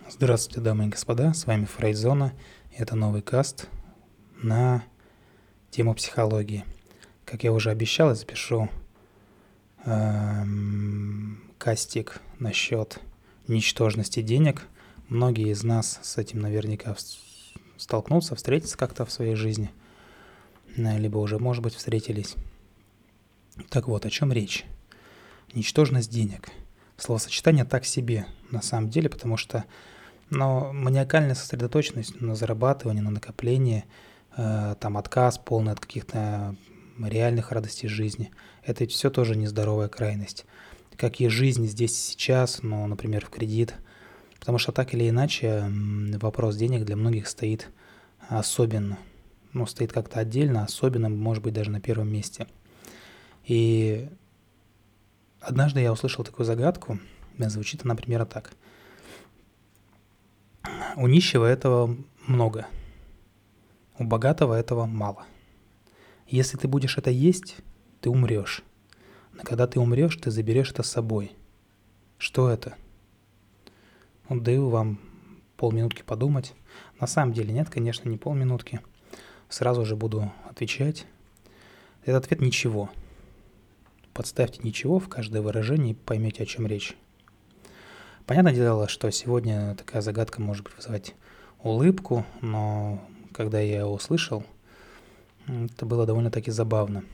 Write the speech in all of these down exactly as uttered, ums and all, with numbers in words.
Здравствуйте, дамы и господа, с вами Фрейзона, и это новый каст на тему психологии. Как я уже обещал, я запишу эм, кастик насчет ничтожности денег. Многие из нас с этим наверняка столкнутся, встретятся как-то в своей жизни, либо уже, может быть, встретились. Так вот, о чем речь? Ничтожность денег. Словосочетание так себе на самом деле, потому что но маниакальная сосредоточенность на зарабатывании, на накоплении, э, там отказ полный от каких-то реальных радостей жизни, это все тоже нездоровая крайность. Как и жизнь здесь и сейчас, ну, например, в кредит. Потому что так или иначе вопрос денег для многих стоит особенно. Ну, стоит как-то отдельно, особенно, может быть, даже на первом месте. И однажды я услышал такую загадку, звучит она примерно так. У нищего этого много, у богатого этого мало. Если ты будешь это есть, ты умрешь. Но когда ты умрешь, ты заберешь это с собой. Что это? Вот даю вам полминутки подумать. На самом деле нет, конечно, не полминутки. Сразу же буду отвечать. Этот ответ – ничего. Подставьте «ничего» в каждое выражение и поймете, о чем речь. Понятное дело, что сегодня такая загадка может вызывать улыбку, но когда я ее услышал, это было довольно-таки забавно.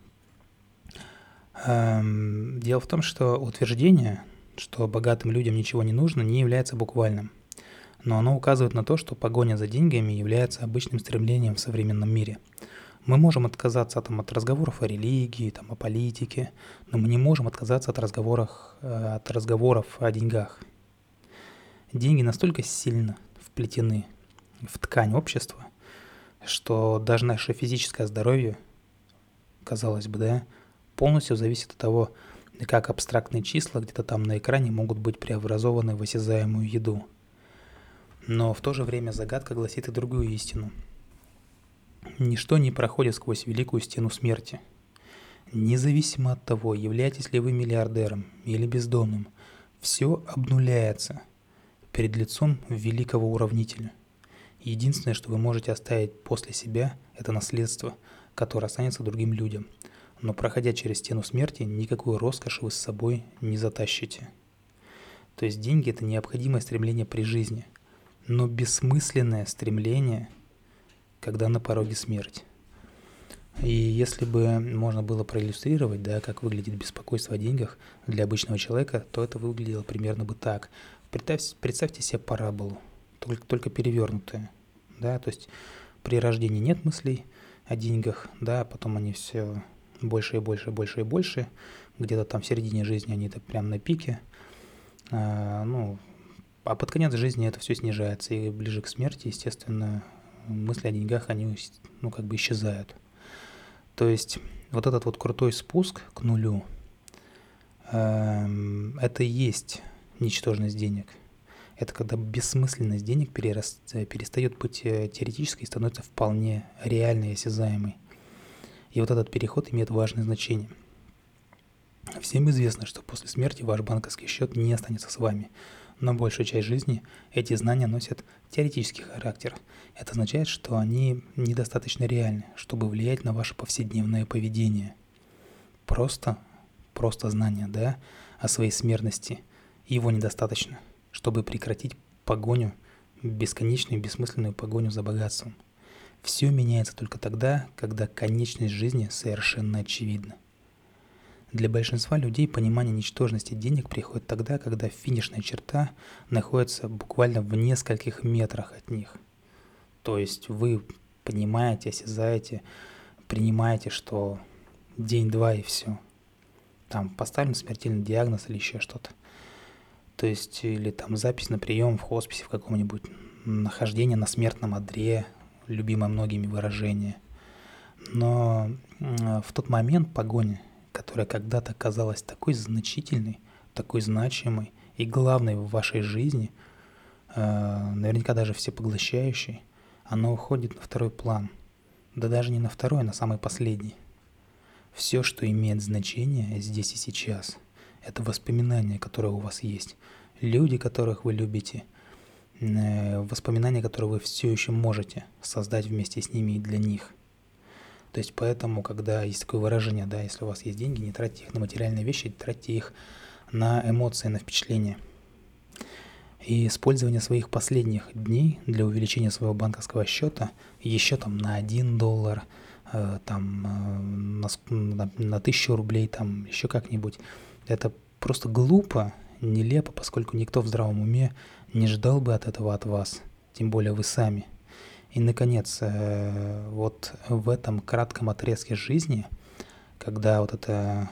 Дело в том, что утверждение, что богатым людям ничего не нужно, не является буквальным. Но оно указывает на то, что погоня за деньгами является обычным стремлением в современном мире. Мы можем отказаться там, от разговоров о религии, там, о политике, но мы не можем отказаться от разговоров, от разговоров о деньгах. Деньги настолько сильно вплетены в ткань общества, что даже наше физическое здоровье, казалось бы, да, полностью зависит от того, как абстрактные числа где-то там на экране могут быть преобразованы в осязаемую еду. Но в то же время загадка гласит и другую истину. Ничто не проходит сквозь великую стену смерти. Независимо от того, являетесь ли вы миллиардером или бездомным, все обнуляется перед лицом великого уравнителя. Единственное, что вы можете оставить после себя, это наследство, которое останется другим людям. Но проходя через стену смерти, никакую роскошь вы с собой не затащите. То есть деньги – это необходимое стремление при жизни, но бессмысленное стремление, когда на пороге смерть. И если бы можно было проиллюстрировать, да, как выглядит беспокойство о деньгах для обычного человека, то это выглядело примерно бы так. Представьте, представьте себе параболу, только, только перевернутую. Да, то есть при рождении нет мыслей о деньгах, да, потом они все больше и больше, больше и больше. Где-то там в середине жизни они это прям на пике. А, ну, а под конец жизни это все снижается. И ближе к смерти, естественно, мысли о деньгах, они, ну, как бы исчезают. То есть вот этот вот крутой спуск к нулю, э, это и есть ничтожность денег. Это когда бессмысленность денег перерас, перестает быть теоретической и становится вполне реальной и осязаемой. И вот этот переход имеет важное значение. Всем известно, что после смерти ваш банковский счет не останется с вами, но большую часть жизни эти знания носят теоретический характер. Это означает, что они недостаточно реальны, чтобы влиять на ваше повседневное поведение. Просто, просто знание, да, о своей смертности, его недостаточно, чтобы прекратить погоню, бесконечную бессмысленную погоню за богатством. Все меняется только тогда, когда конечность жизни совершенно очевидна. Для большинства людей понимание ничтожности денег приходит тогда, когда финишная черта находится буквально в нескольких метрах от них. То есть вы понимаете, осязаете, принимаете, что день-два и все. Там поставлен смертельный диагноз или еще что-то. То есть или там запись на прием в хосписе в каком-нибудь, нахождение на смертном одре, любимое многими выражение. Но в тот момент погоня, которая когда-то казалась такой значительной, такой значимой и главной в вашей жизни, наверняка даже всепоглощающей, она уходит на второй план. Да даже не на второй, а на самый последний. Все, что имеет значение здесь и сейчас, это воспоминания, которые у вас есть, люди, которых вы любите, э, воспоминания, которые вы все еще можете создать вместе с ними и для них. То есть поэтому, когда есть такое выражение, да, если у вас есть деньги, не тратьте их на материальные вещи, тратьте их на эмоции, на впечатления. И использование своих последних дней для увеличения своего банковского счета еще там на один доллар, э, там э, на, ск- на, на тысячу рублей, там еще как-нибудь, это просто глупо, нелепо, поскольку никто в здравом уме не ждал бы от этого от вас, тем более вы сами. И, наконец, э, вот в этом кратком отрезке жизни, когда вот эта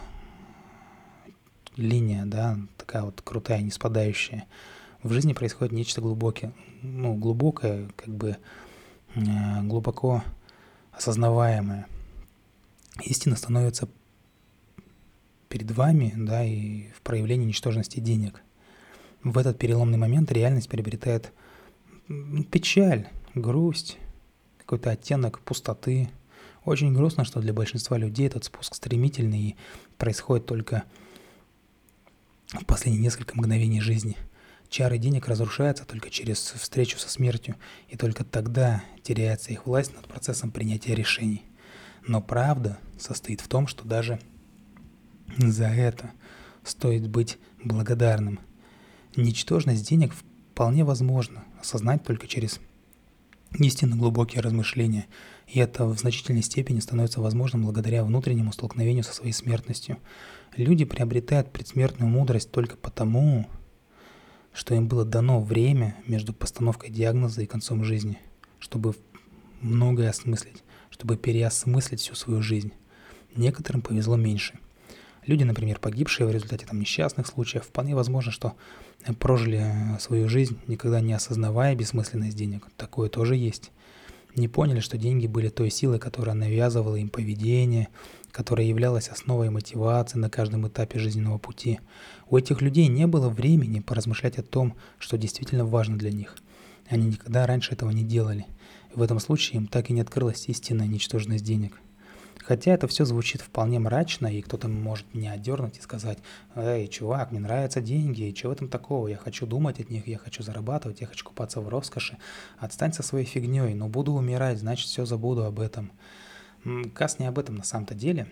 линия, да, такая вот крутая, не спадающая, в жизни происходит нечто глубокое, ну, глубокое, как бы э, глубоко осознаваемое. Истина становится перед вами, да, и в проявлении ничтожности денег. В этот переломный момент реальность приобретает м, печаль, грусть, какой-то оттенок пустоты. Очень грустно, что для большинства людей этот спуск стремительный и происходит только в последние несколько мгновений жизни. Чары денег разрушаются только через встречу со смертью, и только тогда теряется их власть над процессом принятия решений. Но правда состоит в том, что даже за это стоит быть благодарным. Ничтожность денег вполне возможно осознать только через истинно глубокие размышления, и это в значительной степени становится возможным благодаря внутреннему столкновению со своей смертностью. Люди приобретают предсмертную мудрость только потому, что им было дано время между постановкой диагноза и концом жизни, чтобы многое осмыслить, чтобы переосмыслить всю свою жизнь. Некоторым повезло меньше. Люди, например, погибшие в результате там, несчастных случаев, вполне возможно, что прожили свою жизнь, никогда не осознавая бессмысленность денег. Такое тоже есть. Не поняли, что деньги были той силой, которая навязывала им поведение, которая являлась основой мотивации на каждом этапе жизненного пути. У этих людей не было времени поразмышлять о том, что действительно важно для них. Они никогда раньше этого не делали. В этом случае им так и не открылась истинная ничтожность денег. Хотя это все звучит вполне мрачно, и кто-то может меня отдернуть и сказать: «Эй, чувак, мне нравятся деньги, и чего в этом такого? Я хочу думать от них, я хочу зарабатывать, я хочу купаться в роскоши. Отстань со своей фигней, но буду умирать, значит, все забуду об этом». Кас не об этом на самом-то деле.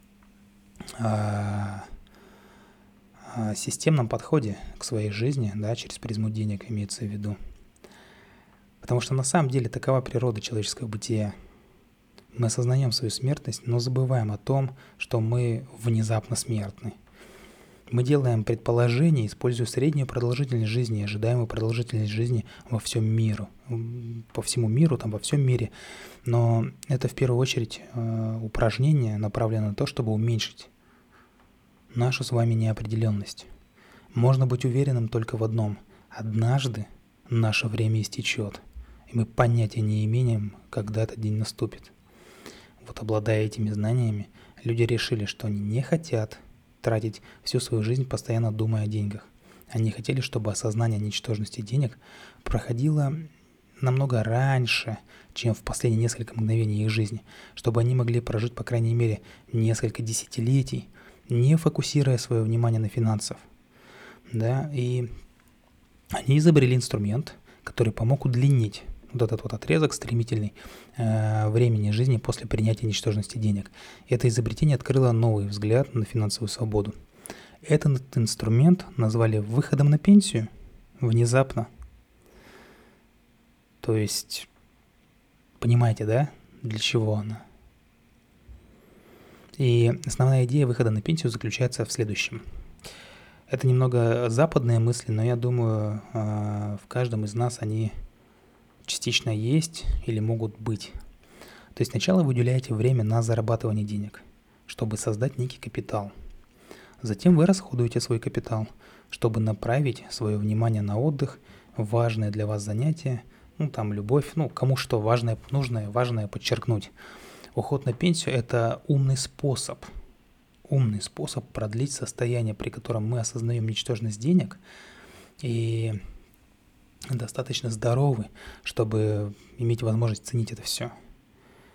А о системном подходе к своей жизни, да, через призму денег имеется в виду. Потому что на самом деле такова природа человеческого бытия. Мы осознаем свою смертность, но забываем о том, что мы внезапно смертны. Мы делаем предположения, используя среднюю продолжительность жизни и ожидаемую продолжительность жизни во всем миру, по всему миру, там во всем мире. Но это в первую очередь упражнение, направленное на то, чтобы уменьшить нашу с вами неопределенность. Можно быть уверенным только в одном: однажды наше время истечет, и мы понятия не имеем, когда этот день наступит. Вот обладая этими знаниями, люди решили, что они не хотят тратить всю свою жизнь, постоянно думая о деньгах. Они хотели, чтобы осознание ничтожности денег проходило намного раньше, чем в последние несколько мгновений их жизни, чтобы они могли прожить, по крайней мере, несколько десятилетий, не фокусируя свое внимание на финансах. Да? И они изобрели инструмент, который помог удлинить вот этот вот отрезок стремительный э, времени жизни после принятия ничтожности денег. Это изобретение открыло новый взгляд на финансовую свободу. Этот инструмент назвали выходом на пенсию внезапно. То есть, понимаете, да, для чего она? И основная идея выхода на пенсию заключается в следующем. Это немного западные мысли, но я думаю, э, в каждом из нас они частично есть или могут быть. То есть сначала вы уделяете время на зарабатывание денег, чтобы создать некий капитал. Затем вы расходуете свой капитал, чтобы направить свое внимание на отдых, важное для вас занятие, ну там любовь, ну кому что важное, нужное, важное подчеркнуть. Уход на пенсию – это умный способ, умный способ продлить состояние, при котором мы осознаем ничтожность денег и достаточно здоровы, чтобы иметь возможность ценить это все.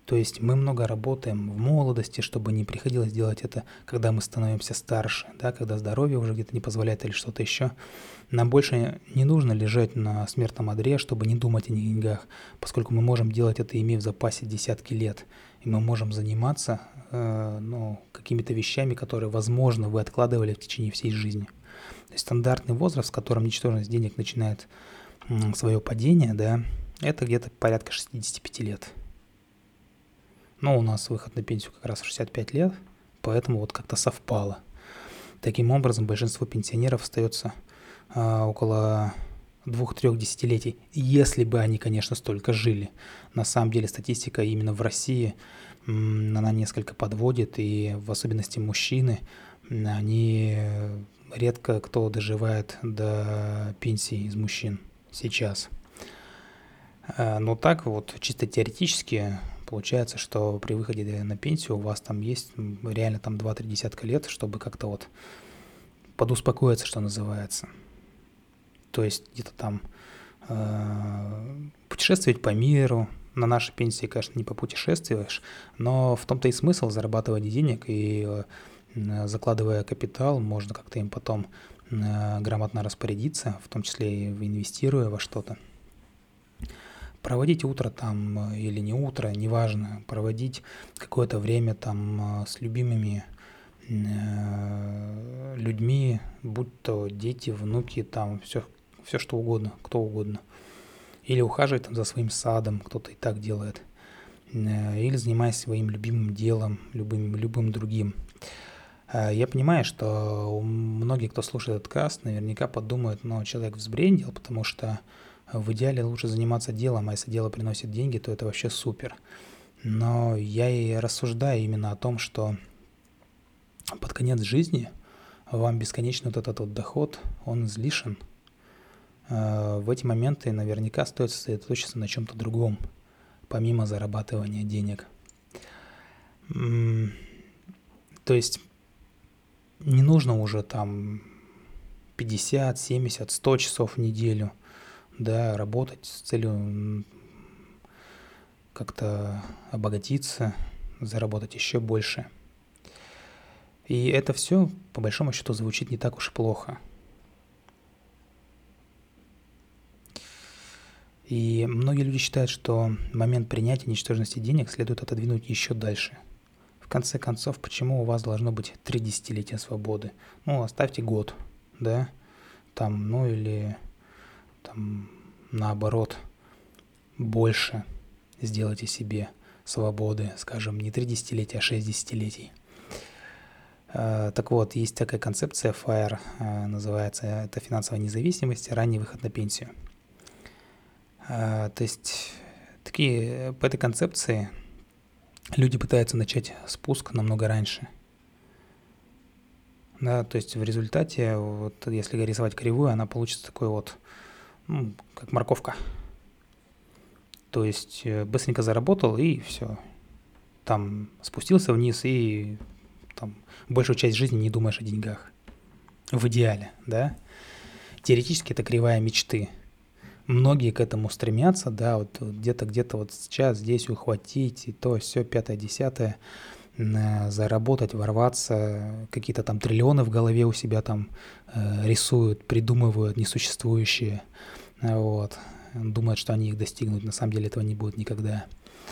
То есть мы много работаем в молодости, чтобы не приходилось делать это, когда мы становимся старше, да, когда здоровье уже где-то не позволяет или что-то еще. Нам больше не нужно лежать на смертном одре, чтобы не думать о деньгах, поскольку мы можем делать это, имея в запасе десятки лет. И мы можем заниматься э, ну, какими-то вещами, которые, возможно, вы откладывали в течение всей жизни. То есть стандартный возраст, в котором ничтожность денег начинает м, свое падение, да, это где-то порядка шестьдесят пять лет. Но у нас выход на пенсию как раз в шестьдесят пять лет, поэтому вот как-то совпало. Таким образом, большинство пенсионеров остается а, около двух-трех десятилетий, если бы они, конечно, столько жили. На самом деле статистика именно в России, м, она несколько подводит, и в особенности мужчины, они редко кто доживает до пенсии из мужчин сейчас. А, но так вот чисто теоретически получается, что при выходе на пенсию у вас там есть реально там два-три десятка лет, чтобы как-то вот подуспокоиться, что называется. То есть где-то там э, путешествовать по миру. На нашей пенсии, конечно, не попутешествуешь, но в том-то и смысл зарабатывать денег, и э, закладывая капитал, можно как-то им потом э, грамотно распорядиться, в том числе и инвестируя во что-то. Проводить утро там или не утро, неважно, проводить какое-то время там с любимыми э, людьми, будь то дети, внуки, там все, все что угодно, кто угодно. Или ухаживать там за своим садом, кто-то и так делает. Э, или занимаясь своим любимым делом, любым, любым другим. Э, я понимаю, что многие, кто слушает этот каст, наверняка подумают, ну, человек взбрендил, потому что в идеале лучше заниматься делом, а если дело приносит деньги, то это вообще супер. Но я и рассуждаю именно о том, что под конец жизни вам бесконечно вот этот вот доход, он излишен. В эти моменты наверняка стоит сосредоточиться на чем-то другом, помимо зарабатывания денег. То есть не нужно уже там пятьдесят, семьдесят, сто часов в неделю, да, работать с целью как-то обогатиться, заработать еще больше. И это все, по большому счету, звучит не так уж и плохо. И многие люди считают, что момент принятия ничтожности денег следует отодвинуть еще дальше. В конце концов, почему у вас должно быть три десятилетия свободы? Ну, оставьте год, да, там, ну или там наоборот, больше сделайте себе свободы, скажем, не три десятилетия, а шесть десятилетий. Так вот, есть такая концепция фаер, называется, это финансовая независимость, ранний выход на пенсию. То есть такие, по этой концепции люди пытаются начать спуск намного раньше. Да, то есть в результате, вот, если рисовать кривую, она получится такой вот, ну, как морковка. То есть быстренько заработал и все. Там спустился вниз и там большую часть жизни не думаешь о деньгах. В идеале, да. Теоретически это кривая мечты. Многие к этому стремятся, да, вот где-то, где-то вот сейчас здесь ухватить, и то, все, пятое, десятое, заработать, ворваться, какие-то там триллионы в голове у себя там э, рисуют, придумывают несуществующие, вот, думают, что они их достигнут, на самом деле этого не будет никогда.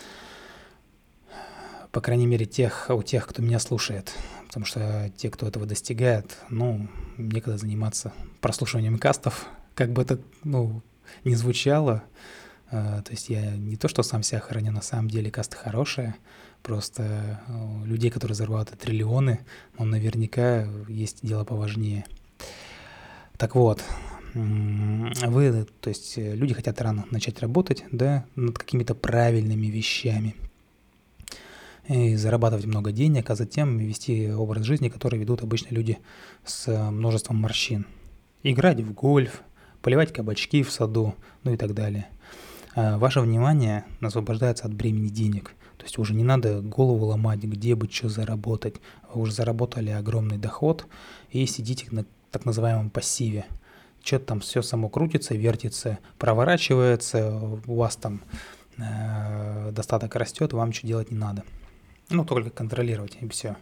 По крайней мере, тех, у тех, кто меня слушает, потому что те, кто этого достигает, ну, некогда заниматься прослушиванием кастов, как бы это, ну, не звучало. То есть я не то, что сам себя хороню, на самом деле касты хорошие, просто у людей, которые зарабатывают триллионы, ну, наверняка есть дело поважнее. Так вот, вы, то есть люди хотят рано начать работать, да, над какими-то правильными вещами, и зарабатывать много денег, а затем вести образ жизни, который ведут обычно люди с множеством морщин. Играть в гольф, поливать кабачки в саду, ну и так далее. Ваше внимание освобождается от бремени денег. То есть уже не надо голову ломать, где бы что заработать. Вы уже заработали огромный доход и сидите на так называемом пассиве. Что-то там все само крутится, вертится, проворачивается, у вас там э, достаток растет, вам ничего делать не надо. Ну, только контролировать, и все.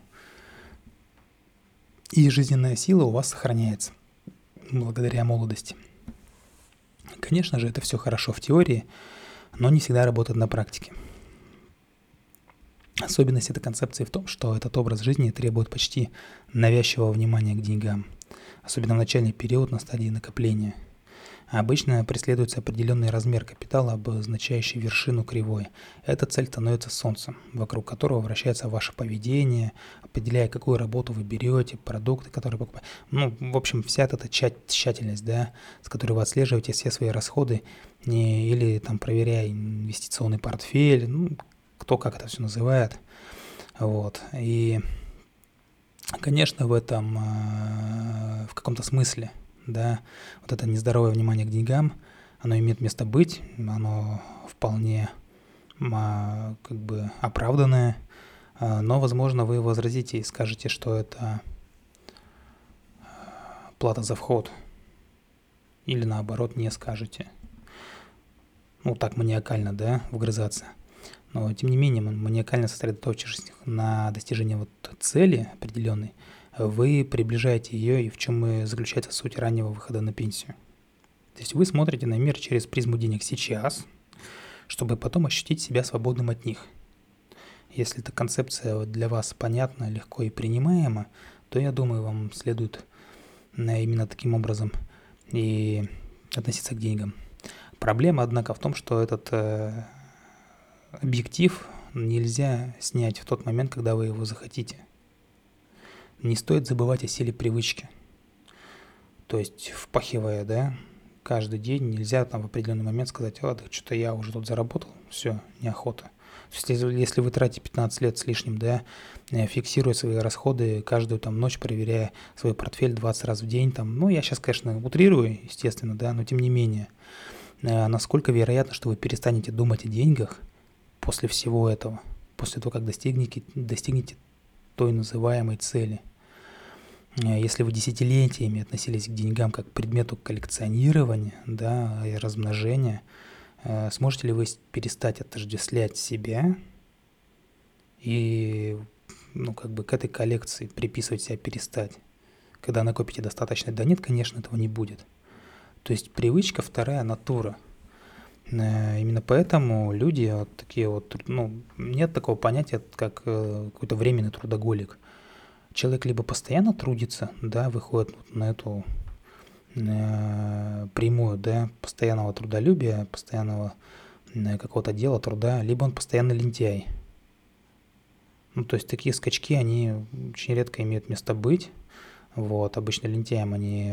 И жизненная сила у вас сохраняется благодаря молодости. Конечно же, это все хорошо в теории, но не всегда работает на практике. Особенность этой концепции в том, что этот образ жизни требует почти навязчивого внимания к деньгам, особенно в начальный период на стадии накопления. А обычно преследуется определенный размер капитала, обозначающий вершину кривой. Эта цель становится солнцем, вокруг которого вращается ваше поведение, определяя, какую работу вы берете, продукты, которые покупаете. Ну, в общем, вся эта тщательность, да, с которой вы отслеживаете все свои расходы, не, или там проверяя инвестиционный портфель, ну, кто как это все называет. Вот. И, конечно, в этом, в каком-то смысле, да, вот это нездоровое внимание к деньгам, оно имеет место быть, оно вполне как бы оправданное, но, возможно, вы возразите и скажете, что это плата за вход, или наоборот не скажете. Ну, так маниакально, да, вгрызаться. Но, тем не менее, маниакально сосредоточившись на достижении вот цели определенной, вы приближаете ее, и в чем и заключается суть раннего выхода на пенсию. То есть вы смотрите на мир через призму денег сейчас, чтобы потом ощутить себя свободным от них. Если эта концепция для вас понятна, легко и принимаема, то, я думаю, вам следует именно таким образом и относиться к деньгам. Проблема, однако, в том, что этот э, объектив нельзя снять в тот момент, когда вы его захотите. Не стоит забывать о силе привычки. То есть, впахивая, да, каждый день, нельзя там в определенный момент сказать: ладно, что-то я уже тут заработал, все, неохота. То есть, если, если вы тратите пятнадцать лет с лишним, да, фиксируя свои расходы каждую там ночь, проверяя свой портфель двадцать раз в день, там, ну, я сейчас, конечно, утрирую, естественно, да, но тем не менее, насколько вероятно, что вы перестанете думать о деньгах после всего этого, после того, как достигнете, достигнете той называемой цели. Если вы десятилетиями относились к деньгам как к предмету коллекционирования, да, и размножения, сможете ли вы перестать отождествлять себя и, ну, как бы к этой коллекции приписывать себя перестать, когда накопите достаточно? Да нет, конечно, этого не будет. То есть привычка — вторая натура. Именно поэтому люди вот такие вот, ну, нет такого понятия, как какой-то временный трудоголик. Человек либо постоянно трудится, да, выходит на эту э, прямую, да, постоянного трудолюбия, постоянного э, какого-то дела, труда, либо он постоянно лентяй. Ну, то есть такие скачки, они очень редко имеют место быть. Вот, обычно лентяям они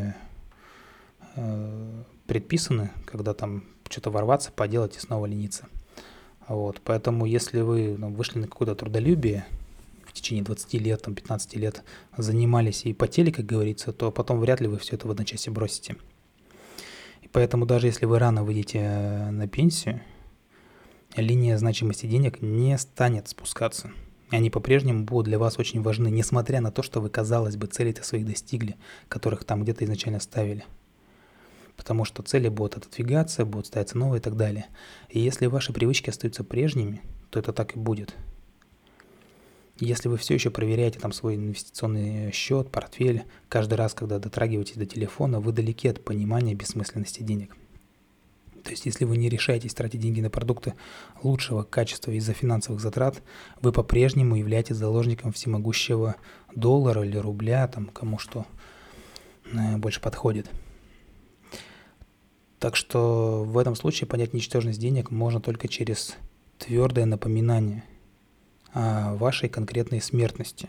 э, предписаны, когда там что-то ворваться, поделать и снова лениться. Вот, поэтому если вы, ну, вышли на какое-то трудолюбие, в течение двадцати лет, там, пятнадцати лет занимались и потели, как говорится, то потом вряд ли вы все это в одночасье бросите. И поэтому даже если вы рано выйдете на пенсию, линия значимости денег не станет спускаться. Они по-прежнему будут для вас очень важны, несмотря на то, что вы, казалось бы, цели-то своих достигли, которых там где-то изначально ставили. Потому что цели будут отодвигаться, будут ставиться новые и так далее. И если ваши привычки остаются прежними, то это так и будет. Если вы все еще проверяете там свой инвестиционный счет, портфель, каждый раз, когда дотрагиваетесь до телефона, вы далеки от понимания бессмысленности денег. То есть, если вы не решаетесь тратить деньги на продукты лучшего качества из-за финансовых затрат, вы по-прежнему являетесь заложником всемогущего доллара или рубля, там, кому что больше подходит. Так что в этом случае понять ничтожность денег можно только через твердое напоминание о вашей конкретной смертности.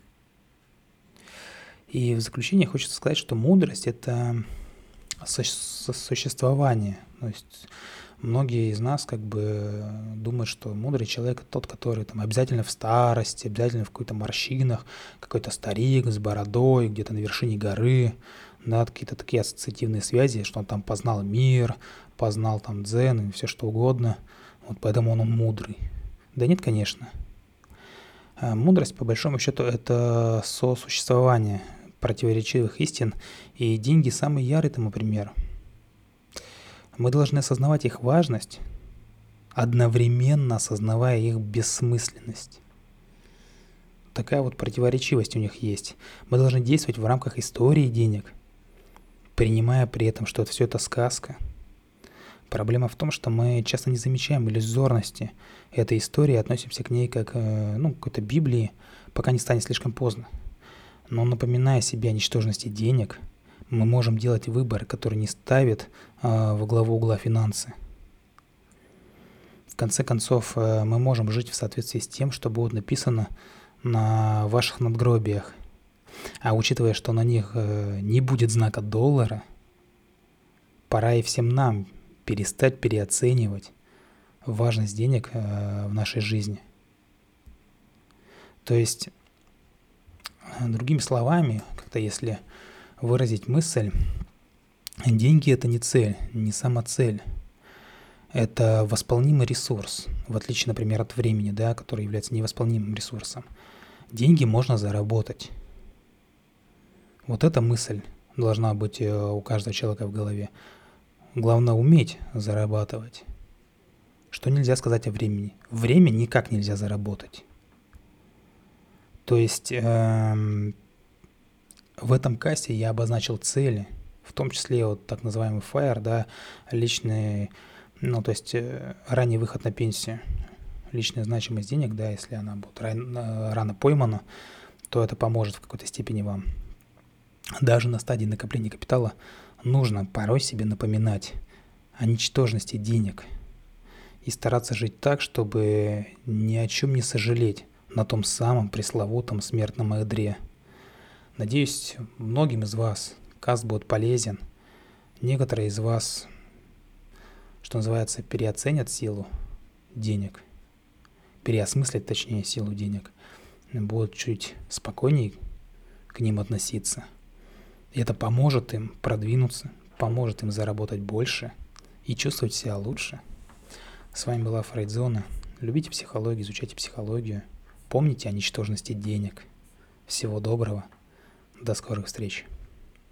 И в заключение хочется сказать, что мудрость – это сосуществование. То есть многие из нас как бы думают, что мудрый человек – тот, который там обязательно в старости, обязательно в какой-то морщинах, какой-то старик с бородой, где-то на вершине горы, да, какие-то такие ассоциативные связи, что он там познал мир, познал там дзен и все что угодно, вот поэтому он, он мудрый. Да нет, конечно. Мудрость, по большому счету, это сосуществование противоречивых истин, и деньги – самый ярый тому пример. Мы должны осознавать их важность, одновременно осознавая их бессмысленность. Такая вот противоречивость у них есть. Мы должны действовать в рамках истории денег, принимая при этом, что все это сказка. Проблема в том, что мы часто не замечаем иллюзорности этой истории, относимся к ней как ну, к какой-то Библии, пока не станет слишком поздно. Но напоминая себе о ничтожности денег, мы можем делать выбор, который не ставит э, во главу угла финансы. В конце концов, э, мы можем жить в соответствии с тем, что будет написано на ваших надгробиях. А учитывая, что на них э, не будет знака доллара, пора и всем нам перестать переоценивать важность денег э, в нашей жизни. То есть, другими словами, как-то если выразить мысль, деньги — это не цель, не сама цель. Это восполнимый ресурс, в отличие, например, от времени, да, который является невосполнимым ресурсом. Деньги можно заработать. Вот эта мысль должна быть у каждого человека в голове. Главное уметь зарабатывать. Что нельзя сказать о времени? Время никак нельзя заработать. То есть эм, в этом касте я обозначил цели, в том числе вот так называемый фаер, да, личный, ну то есть э, ранний выход на пенсию, личная значимость денег, да, если она будет рано, рано поймана, то это поможет в какой-то степени вам. Даже на стадии накопления капитала нужно порой себе напоминать о ничтожности денег и стараться жить так, чтобы ни о чем не сожалеть на том самом пресловутом смертном одре. Надеюсь, многим из вас каст будет полезен. Некоторые из вас, что называется, переоценят силу денег, переосмыслят, точнее, силу денег, будут чуть спокойнее к ним относиться. И это поможет им продвинуться, поможет им заработать больше и чувствовать себя лучше. С вами была Фрейдзона. Любите психологию, изучайте психологию. Помните о ничтожности денег. Всего доброго. До скорых встреч.